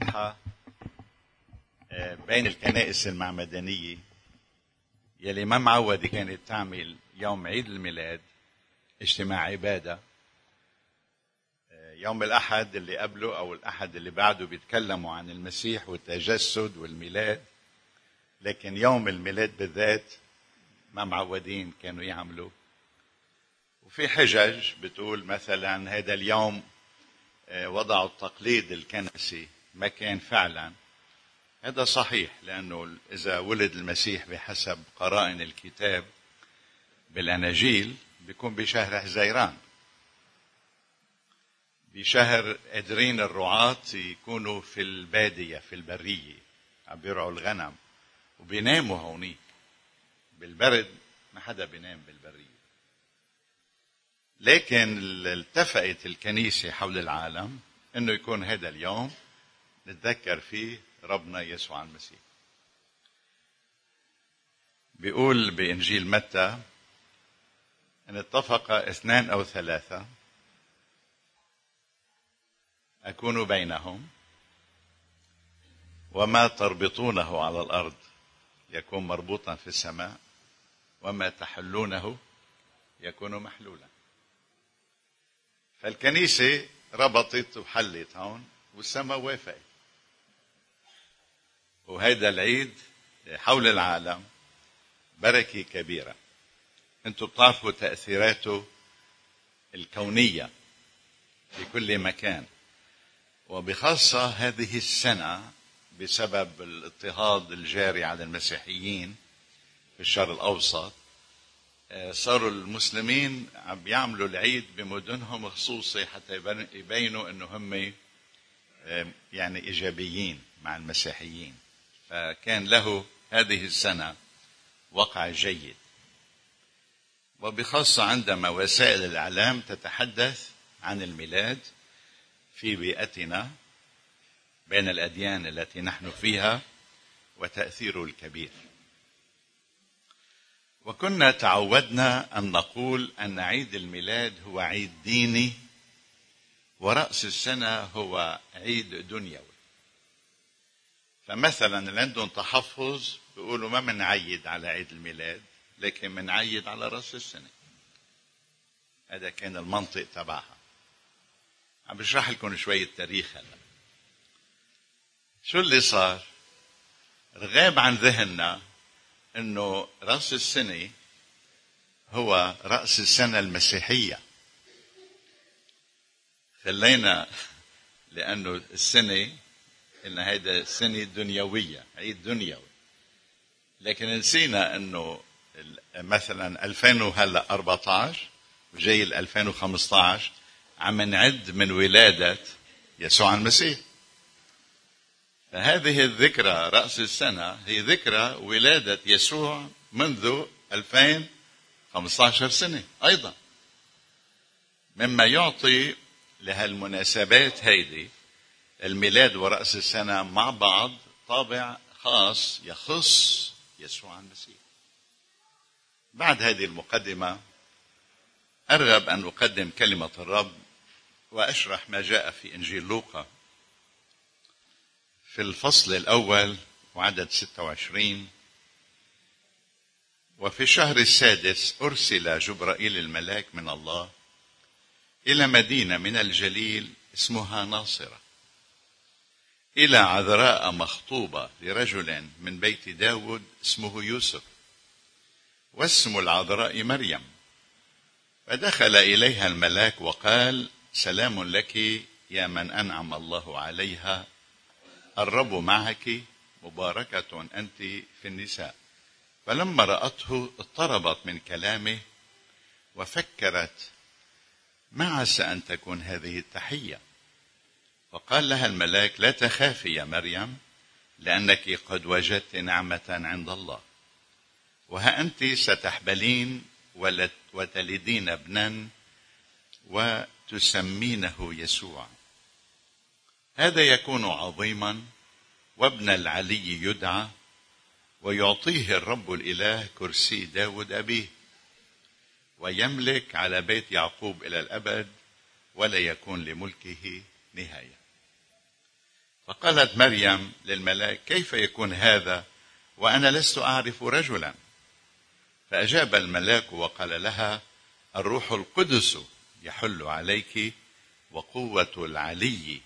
نصيحة بين الكنائس المعمدانية يلي ما معودة كانت تعمل يوم عيد الميلاد اجتماع عبادة. يوم الأحد اللي قبله أو الأحد اللي بعده بيتكلموا عن المسيح والتجسد والميلاد، لكن يوم الميلاد بالذات ما معودين كانوا يعملوا. وفي حجج بتقول مثلا هذا اليوم وضعوا التقليد الكنسي، ما كان فعلا. هذا صحيح، لأنه إذا ولد المسيح بحسب قرائن الكتاب بالأناجيل بيكون بشهر حزيران، بشهر قادرين الرعاة يكونوا في البادية في البرية عم بيرعوا الغنم وبيناموا هونيك بالبرد، ما حدا بينام بالبرية. لكن التفقت الكنيسة حول العالم انه يكون هذا اليوم نتذكر فيه ربنا يسوع المسيح. بيقول بإنجيل متى ان اتفق 2 أو 3 أكون بينهم، وما تربطونه على الأرض يكون مربوطا في السماء، وما تحلونه يكون محلولا. فالكنيسة ربطت وحلت هون والسماء وافقت، وهذا العيد حول العالم بركة كبيرة. انتم بتعرفوا تأثيراته الكونية في كل مكان، وبخاصة هذه السنة بسبب الاضطهاد الجاري على المسيحيين في الشرق الأوسط. صاروا المسلمين عم بيعملوا العيد بمدنهم خصوصي حتى يبينوا انه هم يعني ايجابيين مع المسيحيين. فكان له هذه السنة وقع جيد، وبخاصة عندما وسائل الإعلام تتحدث عن الميلاد في بيئتنا بين الأديان التي نحن فيها وتأثيره الكبير. وكنا تعودنا أن نقول أن عيد الميلاد هو عيد ديني، ورأس السنة هو عيد دنيوي. فمثلا اللي عندهم تحفظ بيقولوا ما منعيد على عيد الميلاد، لكن منعيد على رأس السنة. هذا كان المنطق تبعها. عم بشرح لكم شوية تاريخ. هلا شو اللي صار؟ غاب عن ذهننا انه رأس السنة هو رأس السنة المسيحية. خلينا لانه السنة ان هيدا السنة دنيوية، عيد دنيوي، لكن نسينا انه مثلا 2014 وجاي 2015 عم نعد من ولادة يسوع المسيح. فهذه الذكرى رأس السنة هي ذكرى ولادة يسوع منذ 2015 سنة أيضا، مما يعطي لهالمناسبات هيدي الميلاد ورأس السنة مع بعض طابع خاص يخص يسوع المسيح. بعد هذه المقدمة أرغب أن أقدم كلمة الرب وأشرح ما جاء في إنجيل لوقا في الفصل الأول وعدد 26. وفي الشهر السادس أرسل جبرائيل الملاك من الله إلى مدينة من الجليل اسمها ناصرة، إلى عذراء مخطوبة لرجل من بيت داود اسمه يوسف، واسم العذراء مريم. فدخل إليها الملاك وقال: سلام لك يا من أنعم الله عليها، الرب معك، مباركة أنت في النساء. فلما رأته اضطربت من كلامه وفكرت ما عسى أن تكون هذه التحية. فقال لها الملاك: لا تخافي يا مريم، لأنك قد وجدت نعمة عند الله، وها أنت ستحبلين وتلدين ابنا وتسمينه يسوع. هذا يكون عظيما، وابن العلي يدعى، ويعطيه الرب الإله كرسي داود أبيه، ويملك على بيت يعقوب إلى الأبد، ولا يكون لملكه نهاية. فقالت مريم للملاك: كيف يكون هذا وأنا لست أعرف رجلا؟ فأجاب الملاك وقال لها: الروح القدس يحل عليك، وقوة العلي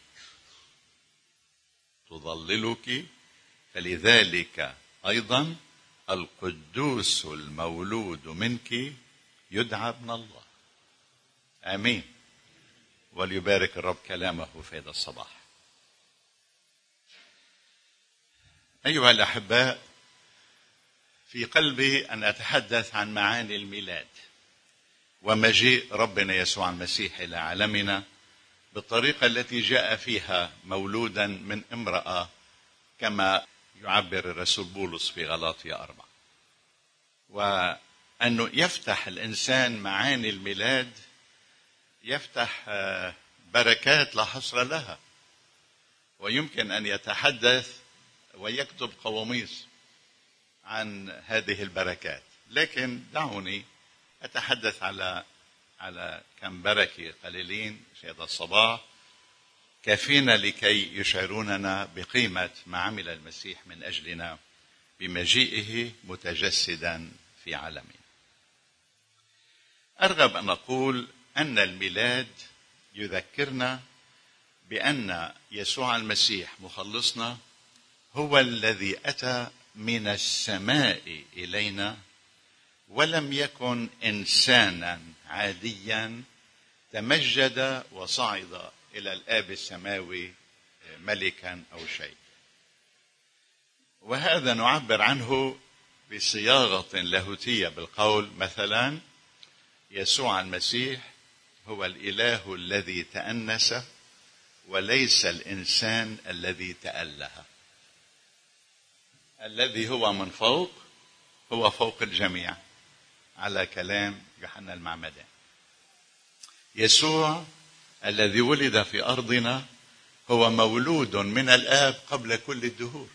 تظللك، فلذلك أيضا القدوس المولود منك يدعى ابن الله. آمين. وليبارك الرب كلامه في هذا الصباح. أيها الأحباء، في قلبي أن أتحدث عن معاني الميلاد ومجيء ربنا يسوع المسيح إلى عالمنا بالطريقة التي جاء فيها مولودا من امرأة، كما يعبر الرسول بولس في غلاطية 4. وأنه يفتح الإنسان معاني الميلاد، يفتح بركات لا حصر لها، ويمكن أن يتحدث ويكتب قواميس عن هذه البركات. لكن دعوني أتحدث على كم بركة قليلين في هذا الصباح، كافين لكي يشعروننا بقيمة ما عمل المسيح من أجلنا بمجيئه متجسدا في عالمنا. أرغب أن أقول أن الميلاد يذكرنا بأن يسوع المسيح مخلصنا هو الذي أتى من السماء إلينا، ولم يكن إنسانا عاديا تمجد وصعد إلى الآب السماوي ملكا أو شيء. وهذا نعبر عنه بصياغة لاهوتية بالقول مثلا: يسوع المسيح هو الإله الذي تأنس وليس الإنسان الذي تأله. الذي هو من فوق هو فوق الجميع، على كلام يوحنا المعمدان. يسوع الذي ولد في أرضنا هو مولود من الآب قبل كل الدهور.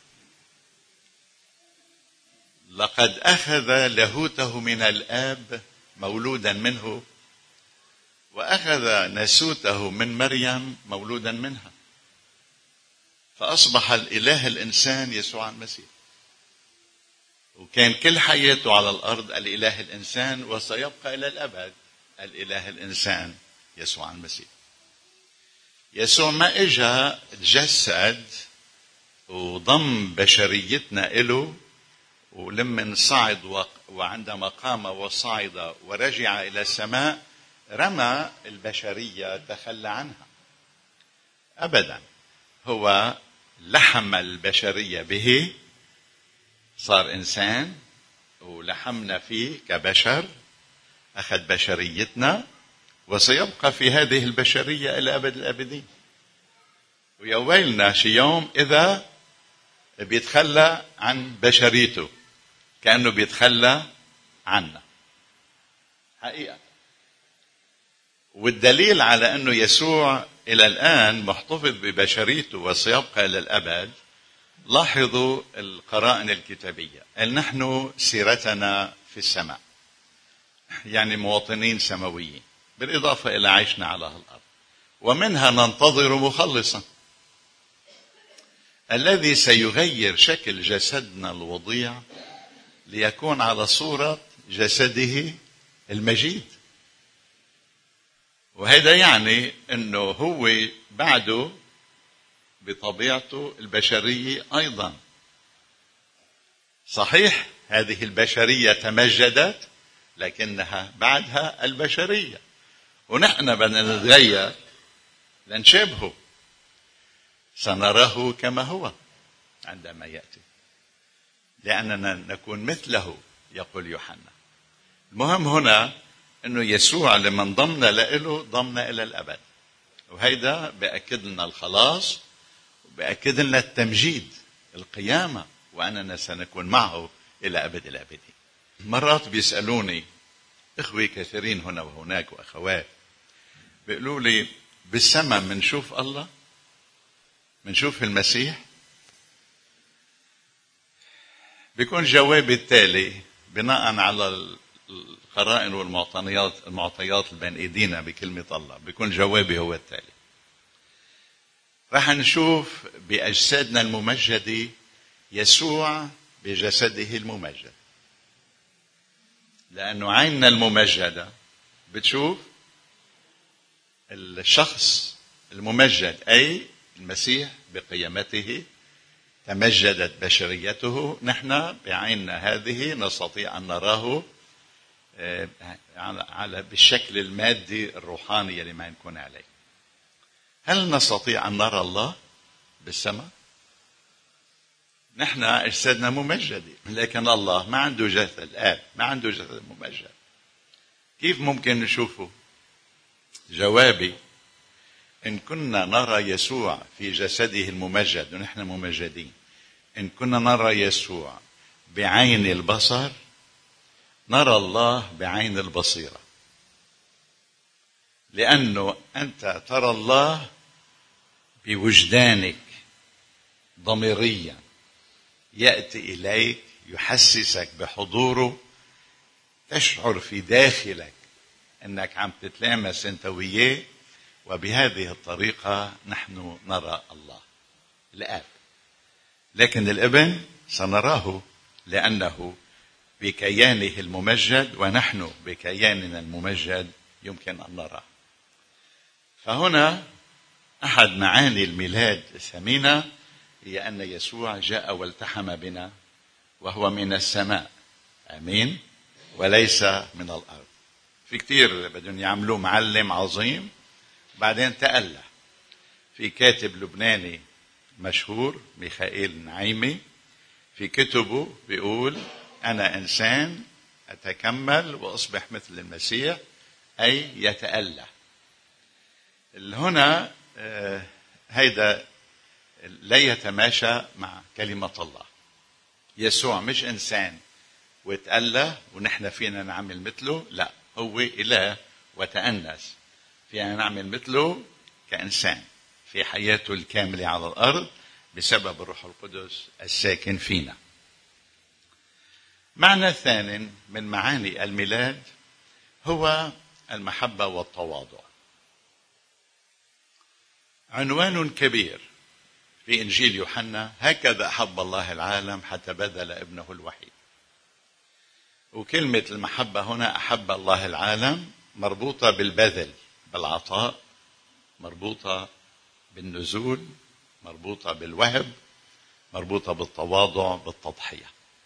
لقد أخذ لاهوته من الآب مولودا منه، وأخذ ناسوته من مريم مولودا منها، فأصبح الإله الإنسان يسوع المسيح. وكان كل حياته على الأرض الإله الإنسان، وسيبقى إلى الأبد الإله الإنسان يسوع المسيح. يسوع ما إجا تجسد وضم بشريتنا إله، ولما صعد وعندما قام وصعد ورجع إلى السماء رمى البشرية، تخلى عنها أبدا. هو لحم البشرية به، صار إنسان ولحمنا فيه كبشر، أخذ بشريتنا وسيبقى في هذه البشرية إلى أبد الأبدين. ويا ويلنا شي يوم إذا بيتخلى عن بشريته، كأنه بيتخلى عنا حقيقة. والدليل على أنه يسوع إلى الآن محتفظ ببشريته وسيبقى إلى الأبد، لاحظوا القرائن الكتابية. نحن سيرتنا في السماء، يعني مواطنين سماويين، بالإضافة إلى عيشنا على الأرض، ومنها ننتظر مخلصا الذي سيغير شكل جسدنا الوضيع ليكون على صورة جسده المجيد. وهذا يعني أنه هو بعده بطبيعته البشرية أيضا. صحيح هذه البشرية تمجدت، لكنها بعدها البشرية، ونحن بدنا نتغير لنشبهه، سنراه كما هو عندما يأتي، لأننا نكون مثله يقول يوحنا. المهم هنا أنه يسوع لما انضمنا له ضمنا إلى الأبد، وهيدا بأكد لنا الخلاص، وبأكد لنا التمجيد، القيامة، وأننا سنكون معه إلى أبد الأبدين. مرات بيسألوني إخوي كثيرين هنا وهناك وأخوات، بيقولوا لي: بالسماء منشوف الله؟ منشوف المسيح؟ بيكون جوابي التالي بناء على القرائن والمعطيات اللي بين ايدينا بكلمة الله. بيكون جوابي هو التالي: راح نشوف بأجسادنا الممجدة يسوع بجسده الممجد، لأنه عيننا الممجدة بتشوف الشخص الممجد، أي المسيح بقيامته تمجدت بشريته. نحن بعيننا هذه نستطيع أن نراه على بالشكل المادي الروحاني اللي ما نكون عليه. هل نستطيع أن نرى الله بالسماء؟ نحن أجسادنا ممجدة، لكن الله ما عنده جسد، الآب ما عنده جسد ممجد. كيف ممكن نشوفه؟ جوابي: إن كنا نرى يسوع في جسده الممجد ونحن ممجدين، إن كنا نرى يسوع بعين البصر نرى الله بعين البصيرة، لأنه أنت ترى الله بوجدانك ضميريا، يأتي إليك يحسسك بحضوره، تشعر في داخلك أنك عم تتلامس أنت وياه، وبهذه الطريقة نحن نرى الله الآب. لكن الابن سنراه لأنه بكيانه الممجد ونحن بكياننا الممجد يمكن أن نراه. فهنا أحد معاني الميلاد الثمينة هي أن يسوع جاء والتحم بنا وهو من السماء، آمين، وليس من الأرض. في كتير بدهم يعملوه معلم عظيم بعدين تأله. في كاتب لبناني مشهور ميخائيل نعيمي في كتبه بيقول: أنا إنسان أتكمل وأصبح مثل المسيح، أي يتأله. هنا هيدا لا يتماشى مع كلمة الله. يسوع مش إنسان وتأله ونحن فينا نعمل مثله، لا، هو إله وتأنس، فينا نعمل مثله كإنسان في حياته الكاملة على الأرض بسبب الروح القدس الساكن فينا. معنى ثاني من معاني الميلاد هو المحبة والتواضع. عنوان كبير في إنجيل يوحنا: هكذا أحب الله العالم حتى بذل ابنه الوحيد. وكلمة المحبة هنا أحب الله العالم مربوطة بالبذل، بالعطاء، مربوطة بالنزول، مربوطة بالوهب، مربوطة بالتواضع، بالتضحية.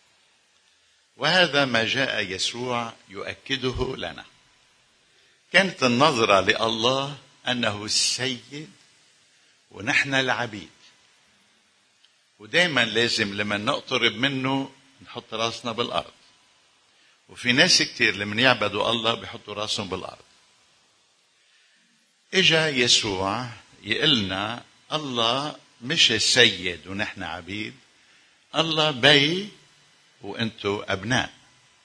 وهذا ما جاء يسوع يؤكده لنا. كانت النظرة لله أنه السيد ونحن العبيد، ودائما لازم لما نقترب منه نحط راسنا بالأرض. وفي ناس كتير لما يعبدوا الله بيحطوا راسهم بالأرض. إجا يسوع يقلنا الله مش السيد ونحن عبيد، الله بي وانتو أبناء.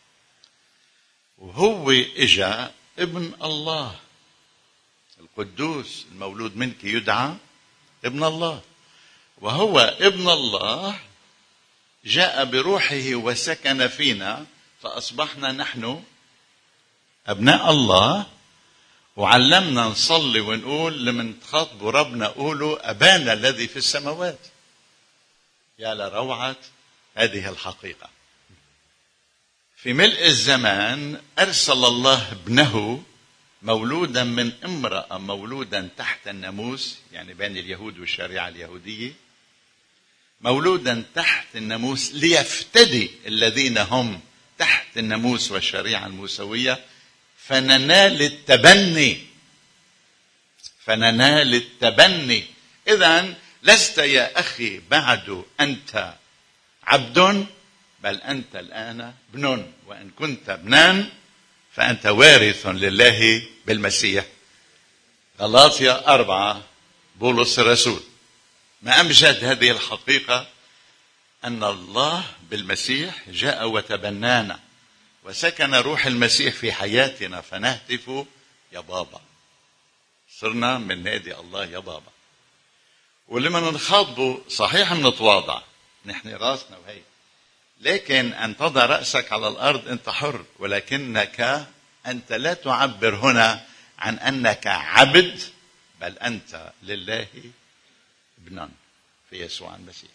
وهو إجا ابن الله القدوس المولود منك يدعى ابن الله، وهو ابن الله جاء بروحه وسكن فينا، فأصبحنا نحن أبناء الله. وعلمنا نصلي ونقول لمن تخاطبوا ربنا قولوا: أبانا الذي في السماوات. يا لروعة هذه الحقيقة. في ملء الزمان أرسل الله ابنه مولودا من امرأة، مولودا تحت الناموس، يعني بين اليهود والشريعة اليهودية، مولودا تحت الناموس ليفتدي الذين هم تحت الناموس والشريعة الموسوية، فننال التبني. فننال التبني. إذن لست يا أخي بعد أنت عبد، بل أنت الآن ابن، وإن كنت ابنا فأنت وارث لله بالمسيح. غلاطيا 4 بولس الرسول. ما أمجد هذه الحقيقة أن الله بالمسيح جاء وتبنانا وسكن روح المسيح في حياتنا، فنهتف يا بابا. صرنا من نادي الله يا بابا. ولما نخاطبه صحيح منتواضع، نحن راسنا وهي، لكن أن تضع رأسك على الأرض أنت حر، ولكنك أنت لا تعبر هنا عن أنك عبد، بل أنت لله ابنا في يسوع المسيح.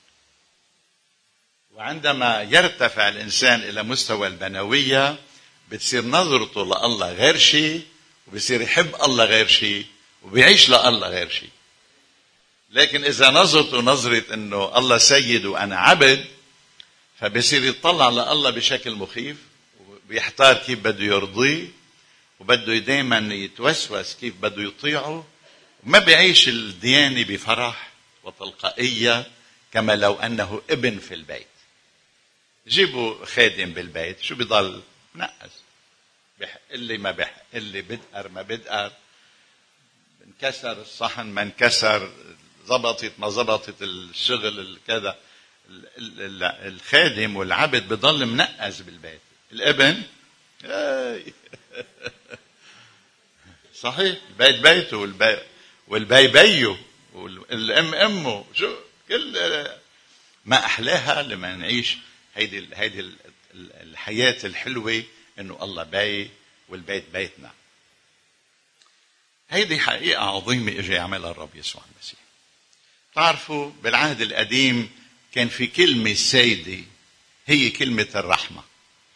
وعندما يرتفع الإنسان إلى مستوى البنوية بتصير نظرته لله غير شيء، وبصير يحب الله غير شيء، وبيعيش لله غير شيء. لكن إذا نظرته نظرة إنه الله سيد وأنا عبد، فبصير يطلع لله بشكل مخيف، وبيحتار كيف بده يرضيه، وبده دايما يتوسوس كيف بده يطيعه، وما بيعيش الديانة بفرح وتلقائية كما لو أنه ابن في البيت. جيبوا خادم بالبيت، شو بيضل؟ نقص، بحق اللي ما بحق اللي، بدقر ما بدقر، انكسر الصحن ما انكسر، زبطت ما زبطت الشغل كذا. الخادم والعبد بضل منقز بالبيت. الابن صحيح، البيت بيته والبي بيه والام امه، شو كل ما احلاها لما نعيش هيدي الحياة الحلوة، انه الله باي والبيت بيتنا. هيدي حقيقة عظيمة اجى يعملها الرب يسوع المسيح. تعرفوا بالعهد القديم كان في كلمة سيدة، هي كلمة الرحمة.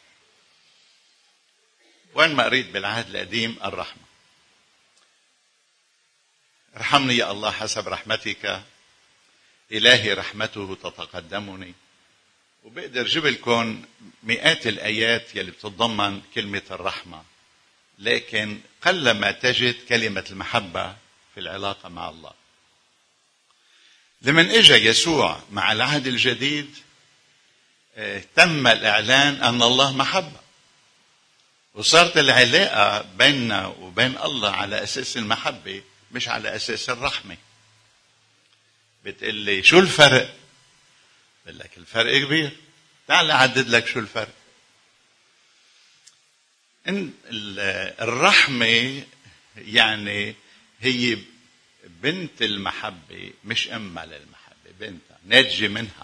وين ما قريت بالعهد القديم الرحمة، ارحمني يا الله حسب رحمتك، إلهي رحمته تتقدمني. وبقدر جيب لكم مئات الآيات يلي بتتضمن كلمة الرحمة، لكن قلما تجد كلمة المحبة في العلاقة مع الله. لمن اجى يسوع مع العهد الجديد تم الإعلان أن الله محبة، وصارت العلاقة بيننا وبين الله على أساس المحبة مش على أساس الرحمة. بتقلي شو الفرق؟ بقول لك الفرق كبير. تعال أعدد لك شو الفرق. إن الرحمة يعني هي بنت المحبة، مش أمها للمحبة، بنتها ناتجة منها.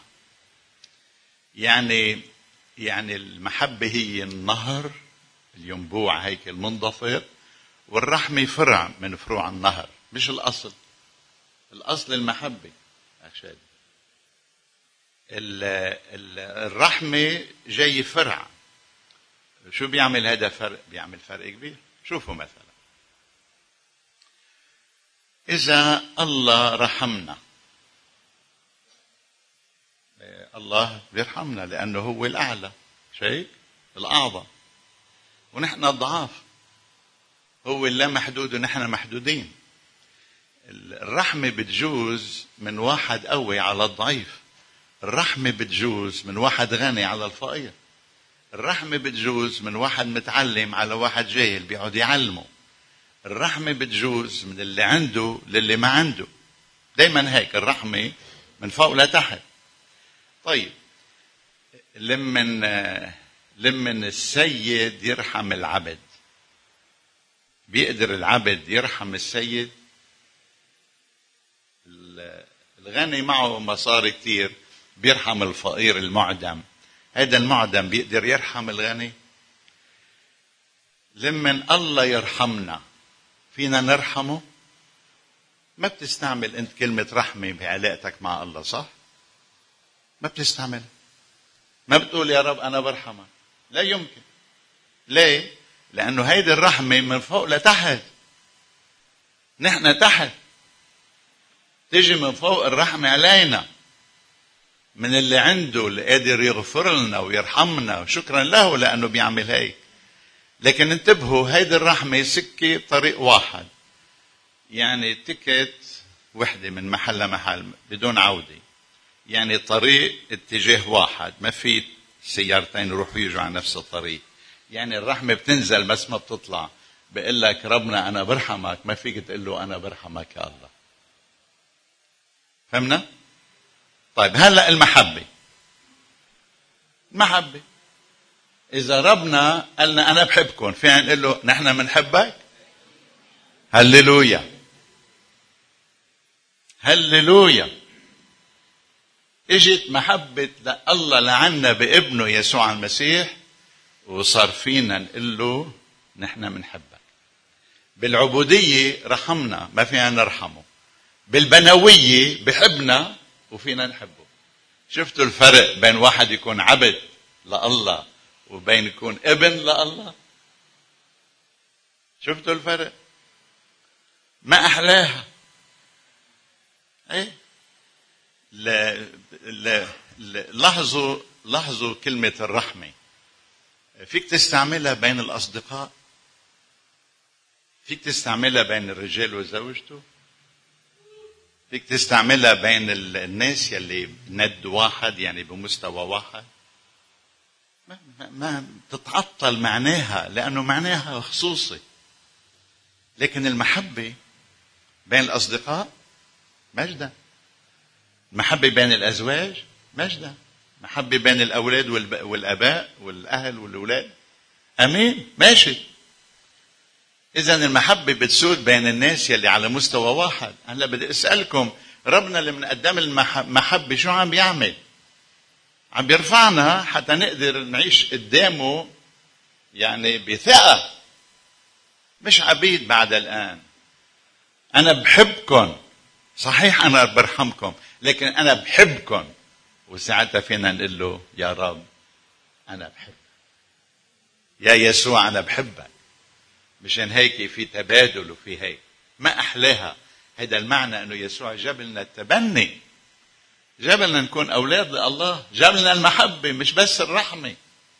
يعني المحبة هي النهر الينبوع هيك المنضفر، والرحمة فرع من فروع النهر، مش الأصل. الأصل المحبة. أخشاد الرحمة جاي فرع. شو بيعمل هذا فرق؟ بيعمل فرق كبير. شوفوا مثلا إذا الله رحمنا، الله بيرحمنا لأنه هو الأعلى، شيء الأعظم، ونحن ضعاف. هو اللا محدود ونحن محدودين. الرحمة بتجوز من واحد قوي على الضعيف. الرحمة بتجوز من واحد غني على الفقير. الرحمة بتجوز من واحد متعلم على واحد جاهل بيقعد يعلمه. الرحمة بتجوز من اللي عنده للي ما عنده. دايما هيك الرحمة من فوق لتحت. طيب لمن السيد يرحم العبد، بيقدر العبد يرحم السيد؟ الغني معه مصاري كتير بيرحم الفقير المعدم. هذا المعدم بيقدر يرحم الغني؟ لمن الله يرحمنا فينا نرحمه؟ ما بتستعمل انت كلمة رحمة بعلاقتك مع الله، صح؟ ما بتستعمل. ما بتقول يا رب أنا برحمك، لا يمكن. ليه؟ لأنه هيدي الرحمة من فوق لتحت، نحن تحت، تيجي من فوق الرحمة علينا من اللي عنده اللي قادر يغفر لنا ويرحمنا، وشكرا له لأنه بيعمل هيك. لكن انتبهوا، هيدي الرحمة سكة طريق واحد، يعني تكت وحدة من محل لمحل بدون عودة. يعني طريق اتجاه واحد، ما في سيارتين يروحوا يجوا على نفس الطريق. يعني الرحمة بتنزل بس ما بتطلع. بقول لك ربنا أنا برحمك، ما فيك تقول له أنا برحمك يا الله. فهمنا؟ طيب هلأ المحبة إذا ربنا قالنا أنا بحبكم، فينا نقول له نحن منحبك؟ هللويا هللويا. اجت محبة الله لعنا بابنه يسوع المسيح، وصار فينا نقول له نحن منحبك. بالعبودية رحمنا، ما فينا نرحمه. بالبنوية بحبنا وفينا نحبه. شفتوا الفرق بين واحد يكون عبد لله وبين يكون ابن لله؟ شفتوا الفرق؟ ما أحلاها. ايه لاحظوا كلمة الرحمة. فيك تستعملها بين الأصدقاء، فيك تستعملها بين الرجال وزوجته، فيك تستعملها بين الناس يلي بند واحد يعني بمستوى واحد. ما تتعطل معناها لأنه معناها خصوصي. لكن المحبة بين الأصدقاء مجدا، المحبة بين الأزواج مجدا، محبة بين الأولاد والأباء والأهل والأولاد. أمين، ماشي. إذن المحبة بتسود بين الناس يلي على مستوى واحد. هلا بدي أسألكم، ربنا اللي من قدام المحبة شو عم بيعمل؟ عم بيرفعنا حتى نقدر نعيش قدامه يعني بثقة، مش عبيد بعد الآن. أنا بحبكم، صحيح أنا برحمكم، لكن أنا بحبكم. وساعتها فينا نقول له يا رب أنا بحبك، يا يسوع أنا بحبك. مشان هيك في تبادل وفي هيك. ما أحلاها هذا المعنى أنه يسوع جاب لنا التبني، جاب لنا نكون أولاد لله، جاب لنا المحبة مش بس الرحمة.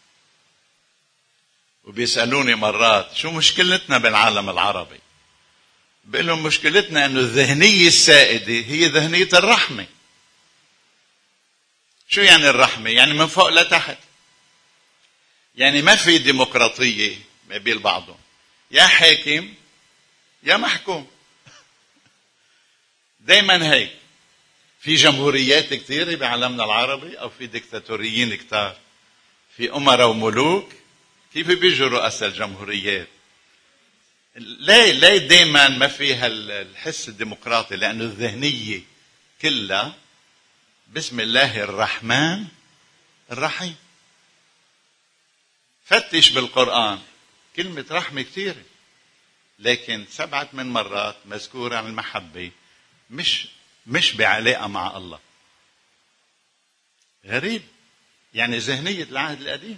وبيسألوني مرات شو مشكلتنا بالعالم العربي؟ بقول لهم مشكلتنا أنه الذهنية السائدة هي ذهنية الرحمة. شو يعني الرحمة؟ يعني من فوق لتحت، يعني ما في ديمقراطية ما بين بعضهم، يا حاكم يا محكوم. دايما هيك. في جمهوريات كثيرة بعالمنا العربي أو في ديكتاتوريين كتار، في أمراء وملوك. كيف بيجوا رؤساء الجمهوريات؟ ليه دايما ما فيها الحس الديمقراطي؟ لأنه الذهنية كلها بسم الله الرحمن الرحيم. فتش بالقرآن كلمة رحمة كثيرة، لكن 7 مرات مذكورة عن المحبة، مش بعلاقة مع الله. غريب. يعني ذهنية العهد القديم.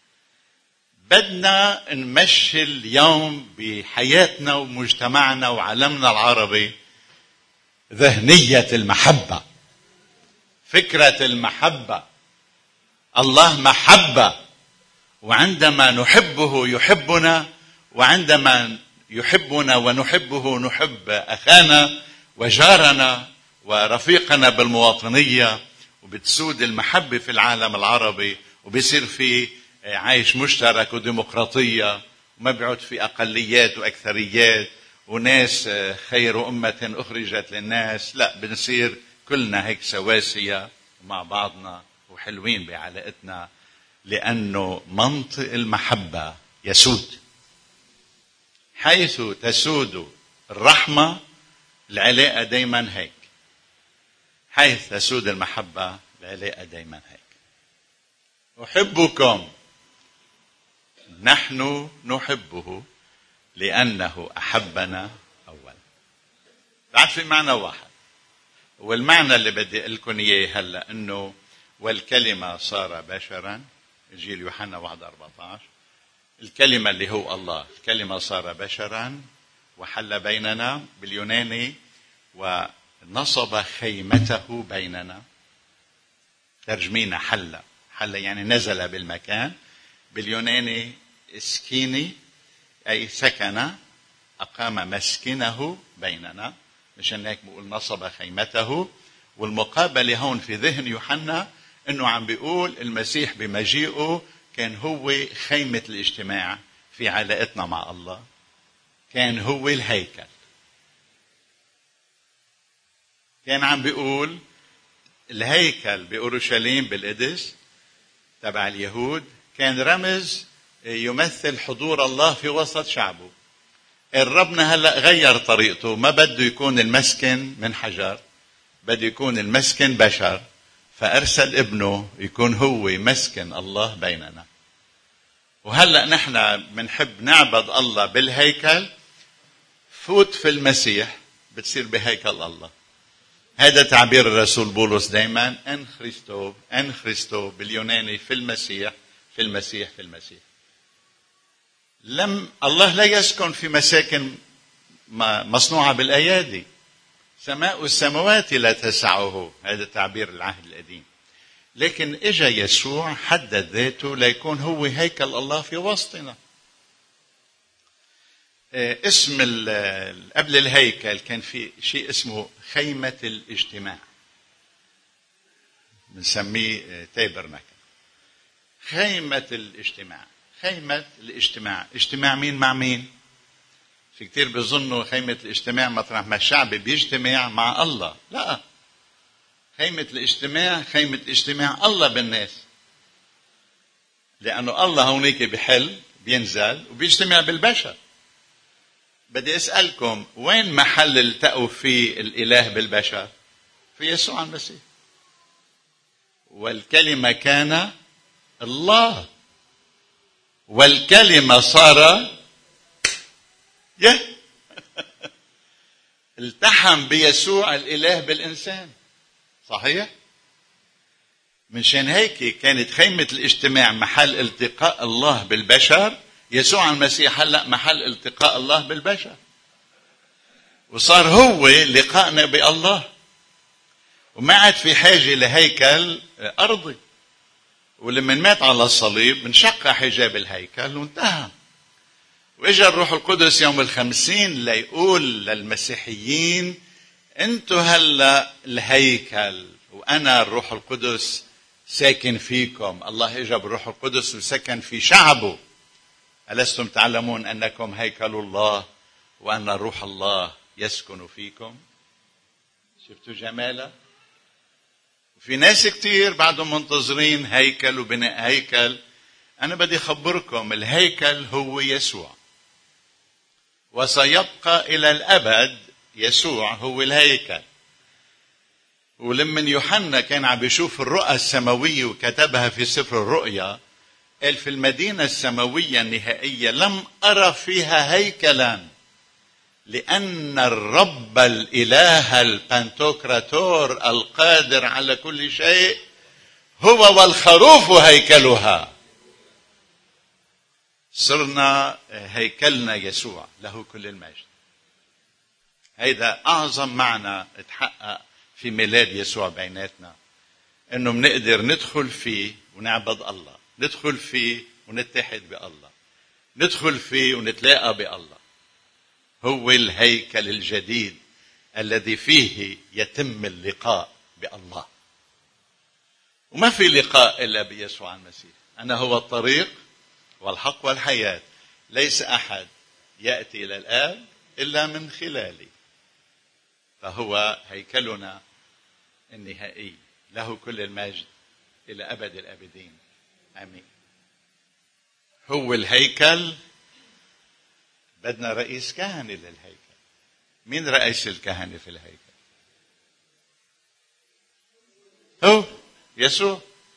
بدنا نمشي اليوم بحياتنا ومجتمعنا وعالمنا العربي ذهنية المحبة، فكرة المحبة. الله محبة، وعندما نحبه يحبنا، وعندما يحبنا ونحبه نحب أخانا وجارنا ورفيقنا بالمواطنية. وبتسود المحبة في العالم العربي، وبيصير في عايش مشترك وديمقراطية، وما بيعود في أقليات وأكثريات وناس خير أمة أخرجت للناس. لا، بنصير كلنا هيك سواسية مع بعضنا وحلوين بعلاقتنا، لأنه منطق المحبة يسود. حيث تسود الرحمة العلاقة دايما هيك، حيث تسود المحبة العلاقة دايما هيك. أحبكم، نحن نحبه لأنه أحبنا أولا. بعرف في معنى واحد، والمعنى اللي بدي أقول لكم إياه هلا إنه والكلمة صار بشرا. إنجيل يوحنا 1:14. الكلمة اللي هو الله، الكلمة صار بشرا وحل بيننا باليوناني، ونصب خيمته بيننا. ترجمينا حل يعني نزل بالمكان. باليوناني اسكيني أي سكن، أقام مسكنه بيننا. مشان هيك بقول نصب خيمته. والمقابلة هون في ذهن يوحنا إنه عم بيقول المسيح بمجيئه كان هو خيمة الاجتماع في علاقتنا مع الله، كان هو الهيكل. كان عم بيقول الهيكل بأورشليم بالقدس تبع اليهود كان رمز يمثل حضور الله في وسط شعبه. الربنا هلأ غير طريقته، ما بده يكون المسكن من حجر، بده يكون المسكن بشر، فأرسل ابنه يكون هو مسكن الله بيننا. وهلأ نحن بنحب نعبد الله بالهيكل. فوت في المسيح بتصير بهيكل الله. هذا تعبير الرسول بولس دائما، ان خريستو باليوناني في المسيح في المسيح في المسيح. الله لا يسكن في مساكن مصنوعة بالأيادي. سماء السماوات لا تسعه، هذا تعبير العهد القديم. لكن اجا يسوع حدد ذاته ليكون هو هيكل الله في وسطنا. اسم قبل الهيكل كان في شيء اسمه خيمة الاجتماع، بنسميه تابرناكل. خيمة الاجتماع، اجتماع مين مع مين؟ في كتير بيظنوا خيمة الاجتماع مطرح ما الشعب بيجتمع مع الله. لا، خيمة اجتماع الله بالناس، لأنه الله هونيك بحل بينزل وبيجتمع بالبشر. بدي أسألكم، وين محل التقوا فيه الإله بالبشر؟ في يسوع المسيح. والكلمة كان الله، والكلمة صار التحم بيسوع الإله بالإنسان. صحيح؟ منشان هيك كانت خيمة الاجتماع محل التقاء الله بالبشر. يسوع المسيح هلأ محل التقاء الله بالبشر، وصار هو لقائنا بالله، وما عاد في حاجة لهيكل أرضي. ولما مات على الصليب انشق حجاب الهيكل وانتهى. واجا الروح القدس يوم الخمسين ليقول للمسيحيين: انتوا هلا الهيكل وانا الروح القدس ساكن فيكم. الله اجا بالروح القدس وسكن في شعبه. ألستم تعلمون انكم هيكل الله وان روح الله يسكن فيكم؟ شفتوا جماله؟ في ناس كتير بعدهم منتظرين هيكل وبناء هيكل. انا بدي اخبركم، الهيكل هو يسوع، وسيبقى إلى الأبد. يسوع هو الهيكل. ولمن يوحنا كان عم بيشوف الرؤى السماوية وكتبها في سفر الرؤيا، قال: في المدينة السماوية النهائية لم أرى فيها هيكلا، لأن الرب الإله البنتوكراتور القادر على كل شيء هو والخروف هيكلها. صرنا هيكلنا يسوع، له كل المجد. هيدا أعظم معنى اتحقق في ميلاد يسوع بيناتنا، إنه منقدر ندخل فيه ونعبد الله، ندخل فيه ونتحد بالله، ندخل فيه ونتلاقى بالله. هو الهيكل الجديد الذي فيه يتم اللقاء بالله. وما في لقاء إلا بيسوع المسيح. أنا هو الطريق والحق والحياة، ليس أحد يأتي إلى الآب إلا من خلالي. فهو هيكلنا النهائي، له كل المجد إلى أبد الآبدين، آمين. هو الهيكل. بدنا رئيس كهنة للهيكل. مين رئيس الكهنة في الهيكل؟ هو يسوع.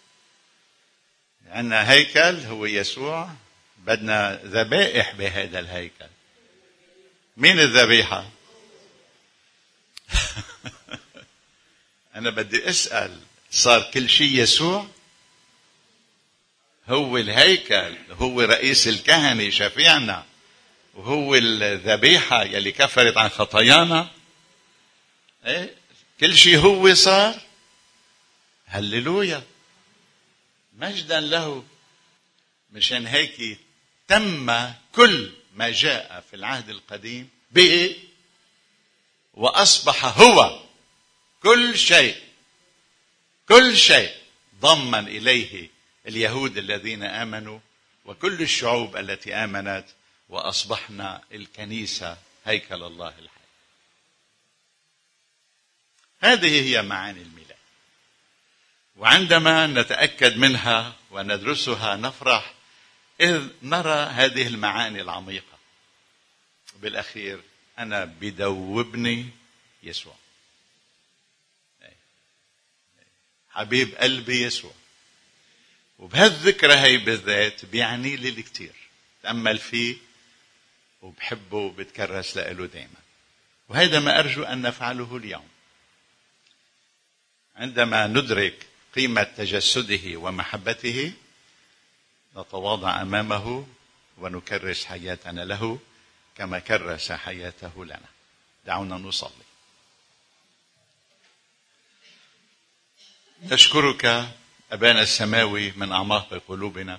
عندنا هيكل هو يسوع، بدنا ذبائح بهذا الهيكل. مين الذبيحة؟ أنا بدي أسأل، صار كل شيء يسوع؟ هو الهيكل، هو رئيس الكهنة شفيعنا، وهو الذبيحة يلي كفرت عن خطايانا. إيه؟ كل شيء هو صار. هللويا، مجدا له. مشان هيك تم كل ما جاء في العهد القديم به، وأصبح هو كل شيء. كل شيء ضمن إليه اليهود الذين آمنوا وكل الشعوب التي آمنت، وأصبحنا الكنيسة هيكل الله الحي. هذه هي معاني الميلاد، وعندما نتأكد منها وندرسها نفرح، إذ نرى هذه المعاني العميقة. بالأخير أنا بدوبني يسوع، حبيب قلبي يسوع. وبهالذكرى هي بالذات بيعني لي الكثير، تأمل فيه وبحبه وبتكرس له دائما. وهذا ما أرجو أن نفعله اليوم. عندما ندرك قيمة تجسده ومحبته نتواضع أمامه ونكرس حياتنا له كما كرس حياته لنا. دعونا نصلي. نشكرك أبانا السماوي من أعماق قلوبنا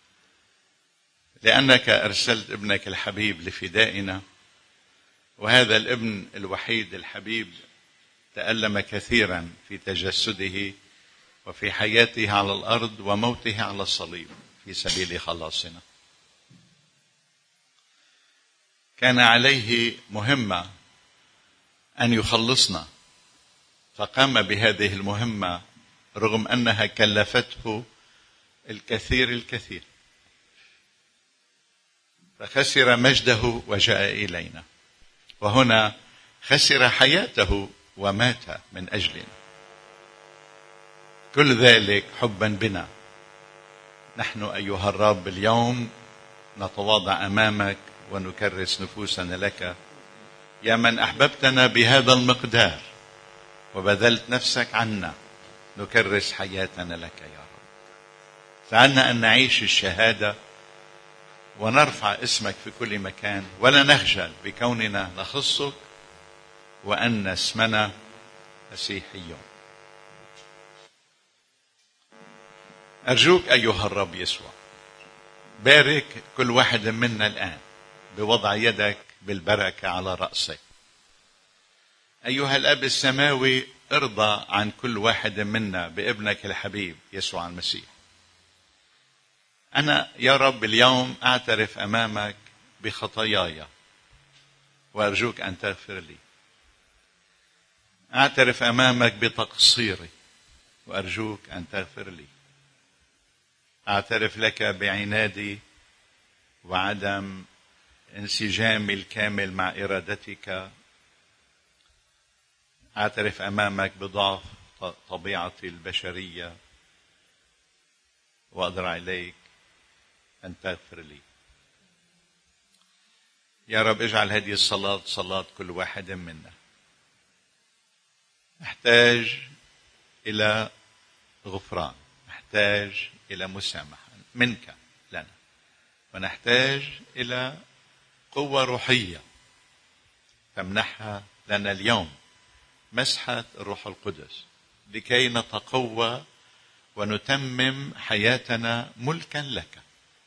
لأنك أرسلت ابنك الحبيب لفدائنا، وهذا الابن الوحيد الحبيب تألم كثيرا في تجسده وفي حياته على الأرض وموته على الصليب في سبيل خلاصنا. كان عليه مهمة أن يخلصنا، فقام بهذه المهمة رغم أنها كلفته الكثير، فخسر مجده وجاء إلينا، وهنا خسر حياته ومات من أجلنا. كل ذلك حبا بنا. نحن أيها الرب اليوم نتواضع أمامك ونكرس نفوسنا لك يا من أحببتنا بهذا المقدار وبذلت نفسك عنا. نكرس حياتنا لك يا رب. ساعدنا أن نعيش الشهادة ونرفع اسمك في كل مكان، ولا نخجل بكوننا نخصك وأن اسمنا مسيحي. أرجوك أيها الرب يسوع بارك كل واحد منا الآن بوضع يدك بالبركة على رأسه. أيها الأب السماوي ارضى عن كل واحد منا بابنك الحبيب يسوع المسيح. أنا يا رب اليوم أعترف أمامك بخطاياي وأرجوك أن تغفر لي. أعترف أمامك بتقصيري وأرجوك أن تغفر لي. أعترف لك بعنادي وعدم انسجامي الكامل مع إرادتك. أعترف أمامك بضعف طبيعتي البشرية وأقدر عليك أن تغفر لي. يا رب اجعل هذه الصلاة صلاة كل واحد منا. نحتاج إلى غفران، نحتاج إلى مسامحة منك لنا، ونحتاج إلى قوة روحية تمنحها لنا اليوم مسحة الروح القدس لكي نتقوى ونتمم حياتنا ملكا لك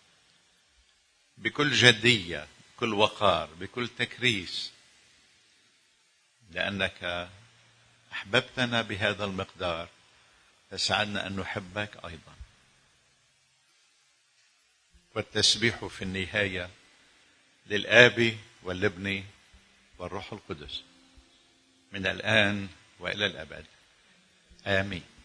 بكل جدية، بكل وقار، بكل تكريس، لأنك أحببتنا بهذا المقدار فساعدنا أن نحبك أيضا. والتسبيح في النهاية للآب والابن والروح القدس من الآن وإلى الأبد. آمين.